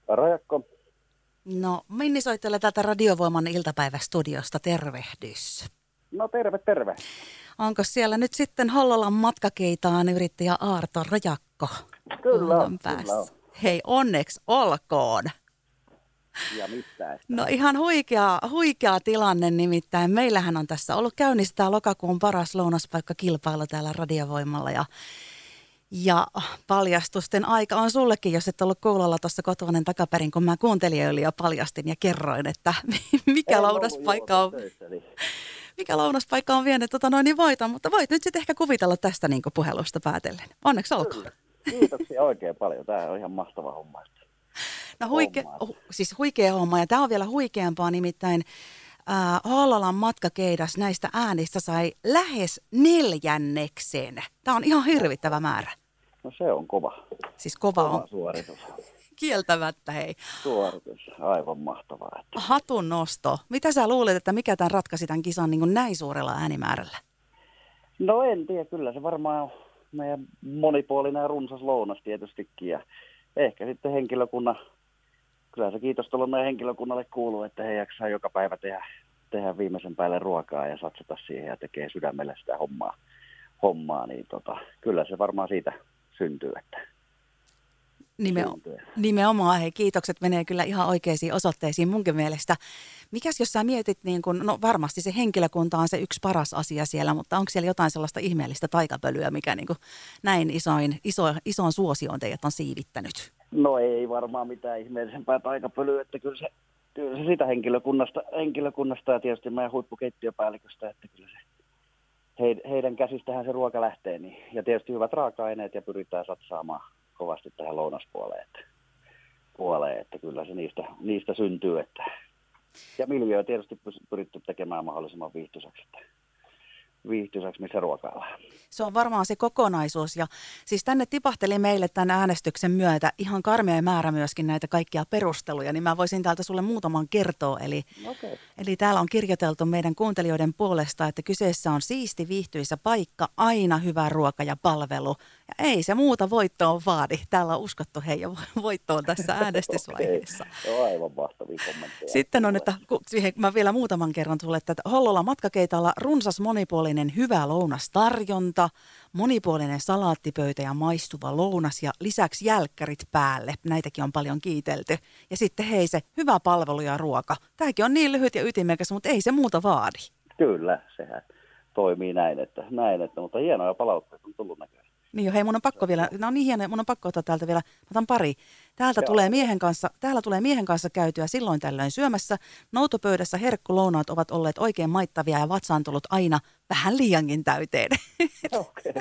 Rajakko. No, Minni soittelee täältä Radiovoiman iltapäivästudiosta. Tervehdys. No terve. Onko siellä nyt sitten Hollolan matkakeitaan yrittäjä Aarto Rajakko? Kyllä Langan on. päässä? Hei, onneksi olkoon. Ja mistä? No ihan huikea tilanne, nimittäin meillähän on tässä ollut käynnissä tämä lokakuun paras lounaspaikkakilpailu täällä Radiovoimalla ja paljastusten aika on sullekin, jos et ollut kuulolla tuossa kotoinen takaperin, kun mä kuuntelijoille jo paljastin ja kerroin, että mikä lounaspaikka on vienyt niin voiton, mutta voit nyt sitten ehkä kuvitella tästä niin puhelusta päätellen. Onneksi olkoon. Kiitoksia oikein paljon. Tämä on ihan mahtava homma. No huikea homma ja tämä on vielä huikeampaa, nimittäin Hollolan matkakeidas näistä äänistä sai lähes 4. Tämä on ihan hirvittävä määrä. No se on kova. Siis kova on. Suoritus. Kieltämättä, hei. Suoritus, aivan mahtavaa. Hatun nosto. Mitä sä luulet, että mikä tämän ratkaisi tämän kisan niin kuin näin suurella äänimäärällä? No en tiedä, kyllä se varmaan on meidän monipuolinen ja runsas lounas tietystikin. Ja ehkä sitten kyllä se kiitos tuolla meidän henkilökunnalle kuuluu, että he jaksaa joka päivä tehdä viimeisen päälle ruokaa ja satsata siihen ja tekee sydämelle sitä hommaa niin kyllä se varmaan siitä syntyy, että Nimenomaan, hei, kiitokset menee kyllä ihan oikeisiin osoitteisiin munkin mielestä. Mikäs jos sä mietit, niin kun, no varmasti se henkilökunta on se yksi paras asia siellä, mutta onko siellä jotain sellaista ihmeellistä taikapölyä, mikä niin kuin näin isoon suosioon teidät on siivittänyt? No ei varmaan mitään ihmeellisempää taikapölyä, että kyllä se siitä henkilökunnasta ja tietysti meidän huippukeittiöpäälliköstä, että kyllä se heidän käsistähän se ruoka lähtee. Niin, ja tietysti hyvät raaka-aineet ja pyritään satsaamaan kovasti tähän lounaspuoleen, että kyllä se niistä syntyy. Ja miljöö tietysti pyritty tekemään mahdollisimman viihtyisäksi, missä ruokaillaan. Se on varmaan se kokonaisuus ja siis tänne tipahteli meille tämän äänestyksen myötä ihan karmea määrä myöskin näitä kaikkia perusteluja, niin mä voisin täältä sulle muutaman kertoa. Eli täällä on kirjoiteltu meidän kuuntelijoiden puolesta, että kyseessä on siisti viihtyisä paikka, aina hyvä ruoka ja palvelu. Ja ei se muuta voittoon vaadi. Täällä on uskottu jo voittoon tässä äänestysvaiheessa. Okay. Aivan mahtavia kommentteja. Sitten on, että siihen mä vielä muutaman kerran sulle, että Hollolan matkakeitalla runsas monipuolinen hyvä lounastarjonta, monipuolinen salaattipöytä ja maistuva lounas ja lisäksi jälkkärit päälle. Näitäkin on paljon kiitelty. Ja sitten hei se hyvä palvelu ja ruoka. Tämäkin on niin lyhyt ja ytimekäs, mutta ei se muuta vaadi. Kyllä, sehän toimii näin, mutta hienoja palautteita on tullut näköjään. Niin jo, hei mun on pakko vielä, no niin hienoja, mun on pakko ottaa täältä vielä, otan pari. Täällä tulee miehen kanssa käytyä silloin tällöin syömässä. Noutopöydässä herkkulounaat ovat olleet oikein maittavia ja vatsa on tullut aina vähän liiankin täyteen. Okay.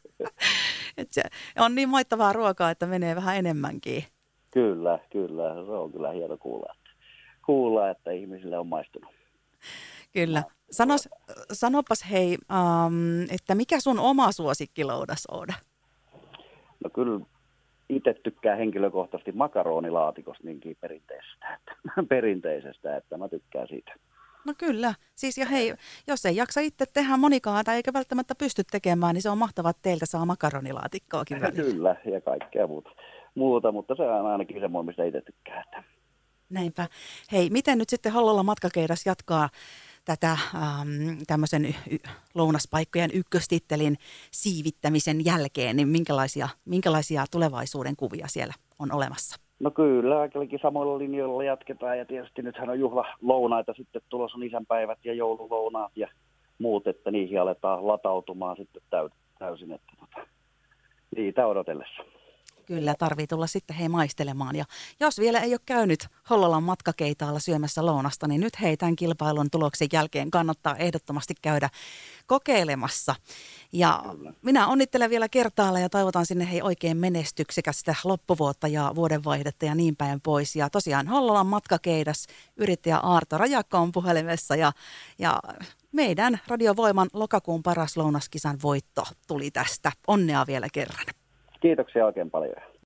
Se on niin maittavaa ruokaa, että menee vähän enemmänkin. Kyllä, se on kyllä hieno kuulla, että ihmisille on maistunut. Kyllä. Sanopas hei, että mikä sun oma suosikkilounas on? No kyllä itse tykkään henkilökohtaisesti makaronilaatikosta niinkin perinteisestä, että mä tykkään siitä. No kyllä. Siis ja hei, jos ei jaksa itse tehdä monikaan tai eikä välttämättä pysty tekemään, niin se on mahtavaa, että teiltä saa makaronilaatikkoakin välillä. Kyllä, ja kaikkea muuta, mutta se on ainakin semmoinen, mistä itse tykkää. Näinpä. Hei, miten nyt sitten Hollolan matkakeidas jatkaa tätä tämmöisen lounaspaikkojen ykköstittelin siivittämisen jälkeen, niin minkälaisia tulevaisuuden kuvia siellä on olemassa? No kyllä, kaikillekin samoilla linjoilla jatketaan ja tietysti nythän on juhlalounaita sitten tulossa, on isänpäivät ja joululounaat ja muut, että niihin aletaan latautumaan sitten täysin, että niitä odotellessa. Kyllä, tarvii tulla sitten maistelemaan. Ja jos vielä ei ole käynyt Hollolan matkakeitaalla syömässä lounasta, niin nyt tämän kilpailun tuloksen jälkeen kannattaa ehdottomasti käydä kokeilemassa. Ja minä onnittelen vielä kertaalla ja toivotan sinne oikein menestyksekästä loppuvuotta ja vuodenvaihdetta ja niin päin pois. Ja tosiaan Hollolan matkakeidas yrittäjä Aarto Rajakko on puhelimessa ja meidän Radiovoiman lokakuun paras lounaskisan voitto tuli tästä. Onnea vielä kerran. Kiitoksia oikein paljon.